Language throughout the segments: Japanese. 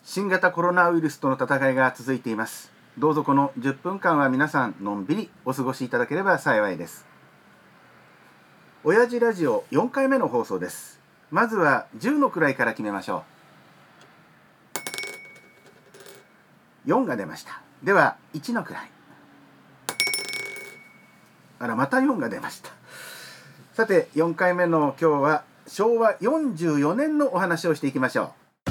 新型コロナウイルスとの戦いが続いています。どうぞこの10分間は皆さんのんびりお過ごしいただければ幸いです。親父ラジオ4回目の放送です。まずは10の位から決めましょう。4が出ました。では1の位。あら、また4が出ました。さて4回目の今日は昭和44年のお話をしていきましょう。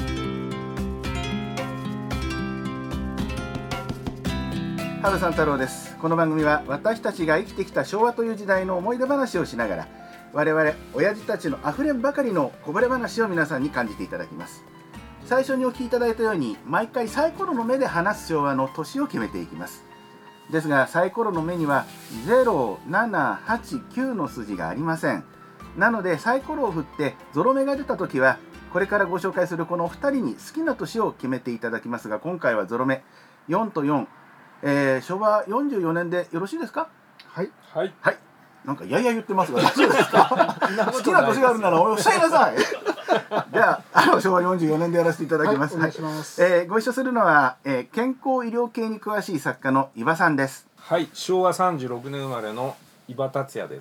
羽生三太郎です。この番組は私たちが生きてきた昭和という時代の思い出話をしながら、我々親父たちのあふれんばかりのこぼれ話を皆さんに感じていただきます。最初にお聞きいただいたように、毎回サイコロの目で話す昭和の年を決めていきます。ですがサイコロの目には0、7、8、9の数字がありません。なのでサイコロを振ってゾロ目が出た時は、これからご紹介するこのお二人に好きな年を決めていただきますが、今回はゾロ目4と4、昭和44年でよろしいですか？ はいはいはい。なんかやや言ってますが大丈夫ですか？好きな年があるならおっしゃいなさい。では昭和44年でやらせていただきます。 はい、お願いします。 ご一緒するのは、健康医療系に詳しい作家の伊庭さんです。 はい、昭和36年生まれの伊庭達也です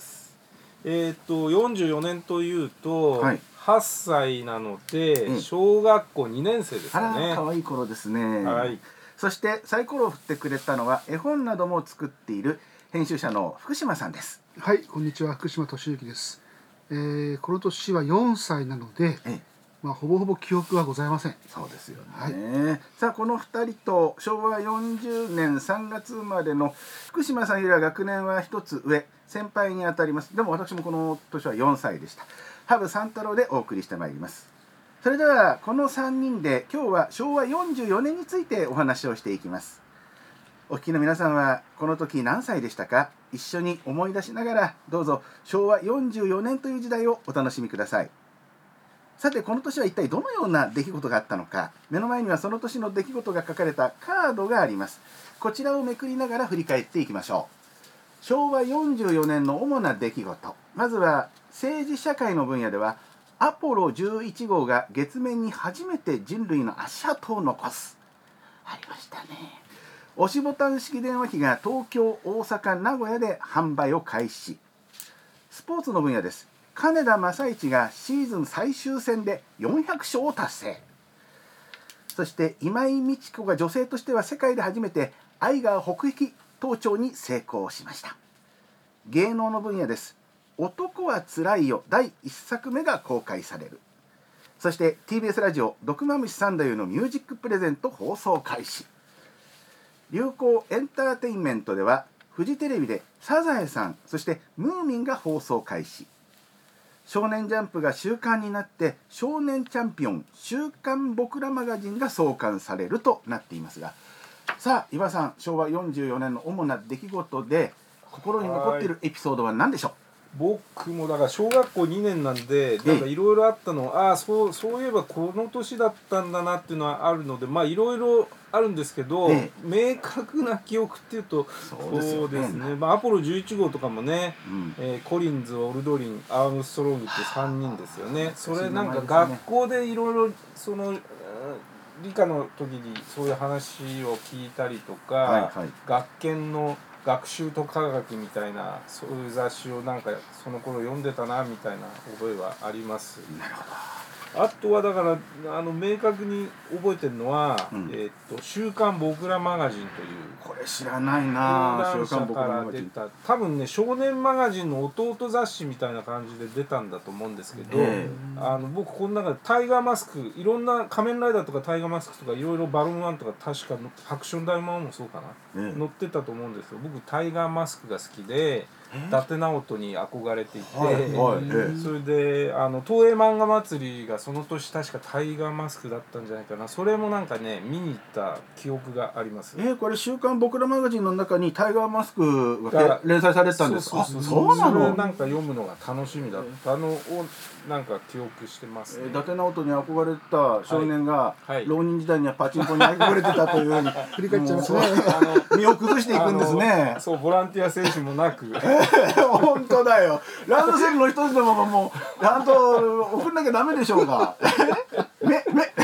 。44年というと、はい、8歳なので、小学校2年生ですね。 あら、可愛い頃ですね。 はい。 そしてサイコロを振ってくれたのは絵本なども作っている編集者の福島さんです。 はい、こんにちは、福島俊之です。この年は4歳なので、ほぼほぼ記憶はございません。 そうですよね。はい、さあこの2人と昭和40年3月生まれの福島さんよりは学年は1つ上、先輩にあたります。でも私もこの年は4歳でした。羽生三太郎でお送りしてまいります。それではこの3人で今日は昭和44年についてお話をしていきます。お聞きの皆さんはこの時何歳でしたか？一緒に思い出しながらどうぞ昭和44年という時代をお楽しみください。さてこの年は一体どのような出来事があったのか、目の前にはその年の出来事が書かれたカードがあります。こちらをめくりながら振り返っていきましょう。昭和44年の主な出来事。まずは政治社会の分野ではアポロ11号が月面に初めて人類の足跡を残す。ありましたね。押しボタン式電話機が東京、大阪、名古屋で販売を開始。スポーツの分野です。金田正一がシーズン最終戦で400勝を達成。そして今井美智子が女性としては世界で初めてアイガー北壁登頂に成功しました。芸能の分野です。男はつらいよ第1作目が公開される。そして TBS ラジオ毒まむし三太夫のミュージックプレゼント放送開始。流行エンターテインメントではフジテレビでサザエさん、そしてムーミンが放送開始。少年ジャンプが週刊になって少年チャンピオン週刊僕らマガジンが創刊されるとなっていますが、さあ伊庭さん、昭和44年の主な出来事で心に残っているエピソードは何でしょう？ 僕もだから小学校2年なんで、なんかいろいろあったの、そういえばこの年だったんだなっていうのはあるので、いろいろあるんですけど、明確な記憶っていうとそうですね、アポロ11号とかもね、コリンズ、オルドリン、アームストロングって3人ですよね。それなんか学校でいろいろその理科の時にそういう話を聞いたりとか、学研の学習と科学みたいなそういう雑誌をなんかその頃読んでたなみたいな覚えはあります。 なるほど。 あとはだから明確に覚えてるのは、週刊僕らマガジンというこれ知らないな。 週刊僕らマガジンから出た、多分ね少年マガジンの弟雑誌みたいな感じで出たんだと思うんですけど、僕この中でタイガーマスク、いろんな仮面ライダーとかタイガーマスクとかいろいろバルーンワンとか確かハクション大魔王もそうかな、載ってたと思うんですよ。僕タイガーマスクが好きで伊達直人に憧れていて、それで東映漫画祭りがその年確かタイガーマスクだったんじゃないかな。それもなんかね見に行った記憶があります。 これ週刊僕らマガジンの中にタイガーマスクが連載されてたんですか？ そうなの。なんか読むのが楽しみだったのをなんか記憶してますね。 伊達直人に憧れた少年が、浪人時代にはパチンコに憧れてたというように振り返っちゃいますね。 身を崩していくんですね。 そう、ボランティア精神もなく本当だよ。ランドセルの一つでももうちゃんと送んなきゃダメでしょうが。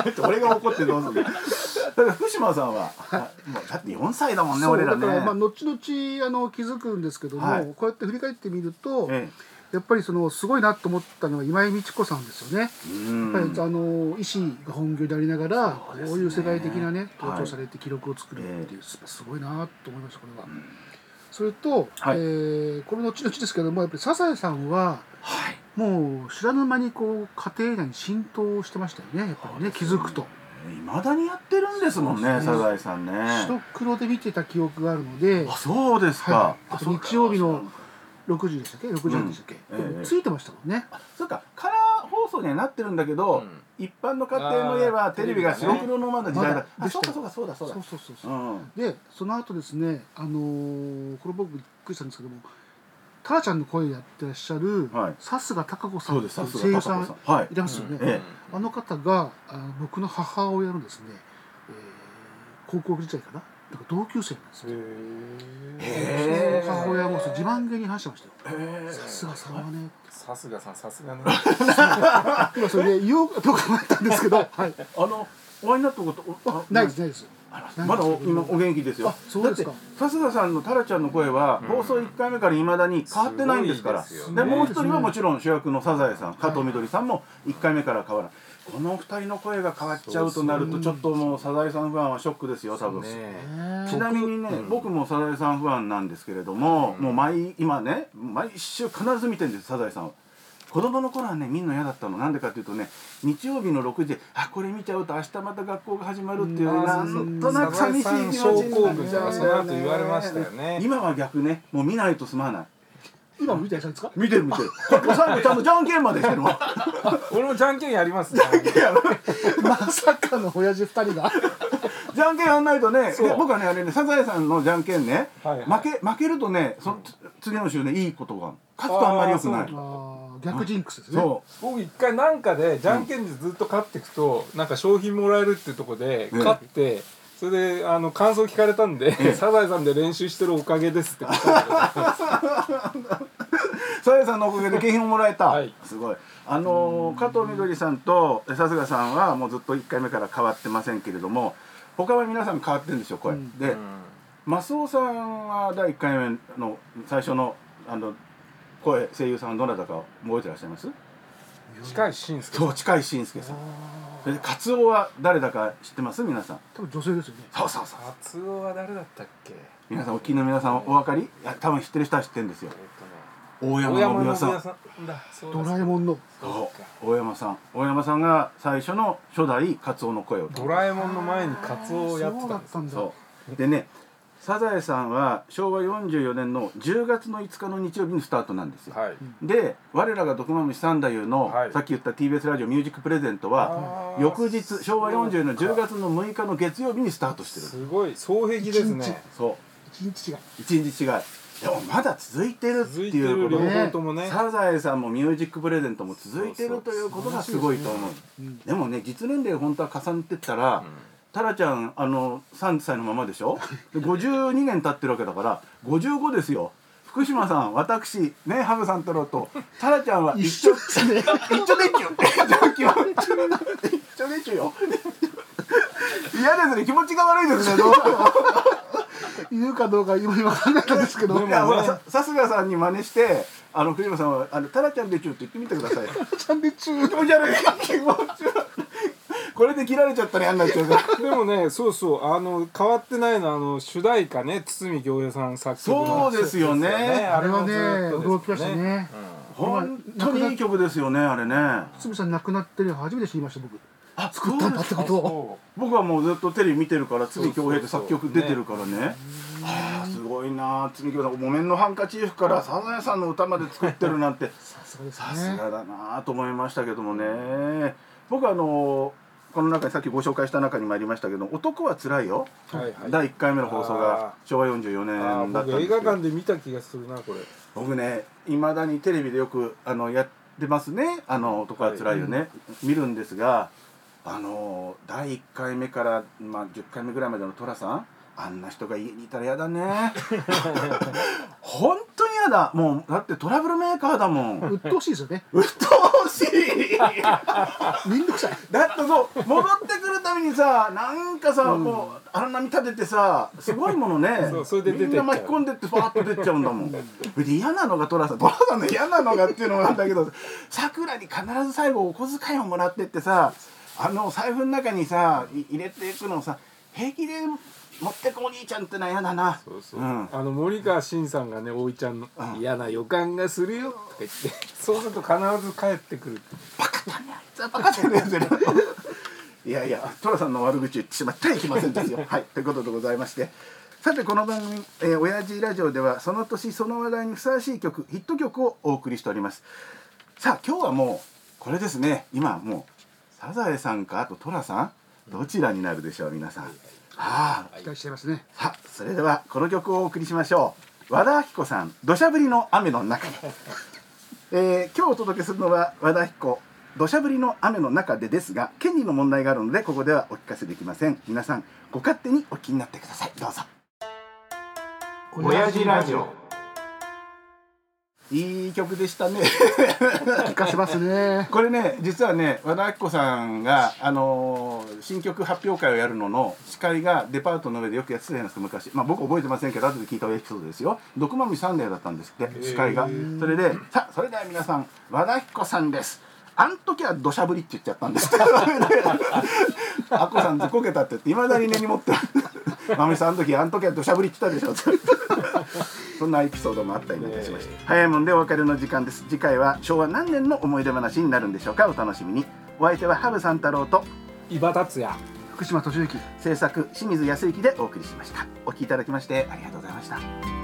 俺が怒ってどうする。だから福島さんは、もうだって4歳だもんね、俺らね。 だから後々気づくんですけども、こうやって振り返ってみると、やっぱりすごいなと思ったのは今井美智子さんですよね。やっぱり医師が本業でありながらこういう世界的なね登頂されて記録を作るっていうすごいなと思いましたこれは。それと、これ後々ですけどもやっぱりサザエさんは、もう知らぬ間にこう家庭内に浸透してましたよねやっぱりね気づくと。 未だにやってるんですもんね、サザエさんね。 白黒で見てた記憶があるので。 あ、そうですか。 日曜日の6時でしたっけ6時半でしたっけ、ついてましたもんね。 そうか、カラー放送にはなってるんだけど、一般の家庭の家はテレビが白黒のまだ時代だ。そうだ。でその後ですねこれ僕びっくりしたんですけどもタラちゃんの声やってらっしゃる貴家堂子さんという声優さんいらっしゃるんですよね。あの方が僕の母親のですね高校時代かな同級生なんですよ。母親も自慢げに話してましたよ。さすがさんはね。 さすがね。 今それで言おうかどうか思ったんですけど、 お会いになったことないです。 まだ今お元気ですよ。 そうですか。 さすがさんのタラちゃんの声は放送1回目からいまだに変わってないんですから。でもう一人はもちろん主役のサザエさん、加藤みどりさんも1回目から変わらない。この2人の声が変わっちゃうとなるとちょっともうサザエさんファンはショックですよ多分。ちなみにね僕もサザエさんファンなんですけれども、もう今ね毎週必ず見てるんですサザエさんを。子供の頃はねみんな嫌だったの。なんでかっていうとね日曜日の6時でこれ見ちゃうと明日また学校が始まるっていうなんとなく寂しい気持ちになっちゃうんだよね。 言われましたよね。 今は逆ねもう見ないと済まない。 今も見てるんですか？ 見てる。最後ちゃんとじゃんけんまでしてるわ。 俺もじゃんけんやります。 じゃんけんやる。 まさかの親父2人が。 じゃんけんやんないとね、僕はねあれねサザエさんのじゃんけんね、負けるとね次の週ねいいことが勝つとあんまり良くない。 逆ジンクスですね。 僕一回なんかでじゃんけんでずっと勝っていくとなんか商品もらえるっていうところで勝って。それで感想聞かれたんで、サザエさんで練習してるおかげですって答えてください。 サザエさんのおかげで景品をもらえた。すごい。加藤みどりさんとさすがさんはもうずっと1回目から変わってませんけれども、他は皆さん変わってるんですよ声。で、マスオさんは第1回目の最初の声優さんはどなたか覚えてらっしゃいます？ 近井真介。 そう、近井真介さん。それでカツオは誰だか知ってます皆さん？ 多分女性ですよね。 そう。 カツオは誰だったっけ？ 皆さんお聞きの皆さんお分かり？いや多分知ってる人は知ってるんですよ。大山信代さん。 ドラえもんの。 大山さんが最初の初代カツオの声を。 ドラえもんの前にカツオをやってたんです。 そうでね。サザエさんは昭和44年の10月の5日の日曜日にスタートなんですよ。で我らが毒まむし三太夫の、さっき言った TBS ラジオミュージックプレゼントは翌日昭和44年の10月の6日の月曜日にスタートしてる。 すごい双璧ですね。 そう 1日違い。 1日違い。でもまだ続いてるっていうことね。サザエさんもミュージックプレゼントも続いてるということがすごいと思う。でもね実年齢本当は重ねてったらタラちゃん3歳のままでしょ。で52年経ってるわけだから55ですよ。福島さん私ねハグさん太郎とタラちゃんは一緒ですね。一緒でちゅよ。嫌ですね気持ちが悪いですね。 言うかどうか今考えたんですけど。 さすがさんに真似して福島さんはタラちゃんでちゅって言ってみてください。 タラちゃんでちゅ。 気持ち悪い。これで切られちゃったら嫌になっちゃうから。 でもねそう変わってないの主題歌ね堤恭平さん作曲の。 そうですよね。 あれはね驚きましたね。 本当にいい曲ですよねあれね。 堤さん亡くなってる初めて知りました僕。作ったんだってことを。 僕はもうずっとテレビ見てるから堤恭平って作曲出てるからね。すごいな堤恭平さん木綿のハンカチーフからサザエさんの歌まで作ってるなんてさすがだなと思いましたけどもね。僕はこの中にさっきご紹介した中にもありましたけど「男はつらいよ」第1回目の放送が昭和44年だったんですけど、 僕映画館で見た気がするなこれ。 僕ねいまだにテレビでよくやってますね「男はつらいよね」見るんですが第1回目から10回目ぐらいまでの寅さんあんな人が家にいたら嫌だね。本当に嫌だ。もうだってトラブルメーカーだもん。 鬱陶しいですよね。 鬱陶しい。 めんどくさい。 だってそう戻ってるためにさなんかさ、こう荒波立ててさすごいものねそれで出てっちゃう、 みんな巻き込んでってファーッと出っちゃうんだもん。で嫌なのが寅さんの嫌なのがっていうのもなんだけど、さくらに必ず最後お小遣いをもらってってさ、財布の中にさ入れていくのをさ平気で持ってくお兄ちゃんってのは嫌だな。 そうそう、森川新さんがね大井ちゃんの、嫌な予感がするよとか言ってそうすると必ず帰ってくる。 バカだねあいつはバカだねいやいや寅さんの悪口言ってしまってはいけませんですよ。はいということでございまして、さてこの番組親父ラジオではその年その話題にふさわしい曲ヒット曲をお送りしております。さあ今日はもうこれですね。今もうサザエさんかあと寅さんどちらになるでしょう皆さん。 期待していますね。 さあそれではこの曲をお送りしましょう。和田アキ子さん土砂降りの雨の中で、今日お届けするのは和田アキ子土砂降りの雨の中でですが、権利の問題があるのでここではお聞かせできません。皆さんご勝手にお聞きになってください。どうぞ。 親父ラジオ、 いい曲でしたね聞かせますね。 これね実はね和田アキ子さんが新曲発表会をやるのの司会がデパートの上でよくやってたじゃないですか昔。僕覚えてませんけど後で聞いたエピソードですよ。毒まみサンデーだったんですって司会が。それでさあそれでは皆さん和田アキ子さんです。あん時は土砂降りって言っちゃったんですってアッコさんずこけたって言っていまだに根に持ってまみさんあん時は土砂降りって言ったでしょそんなエピソードもあったりなんかしました。早いもんでお別れの時間です。次回は昭和何年の思い出話になるんでしょうか。お楽しみに。お相手は羽生三太郎と伊庭達也、 福島敏之、 制作清水康之でお送りしました。お聞きいただきましてありがとうございました。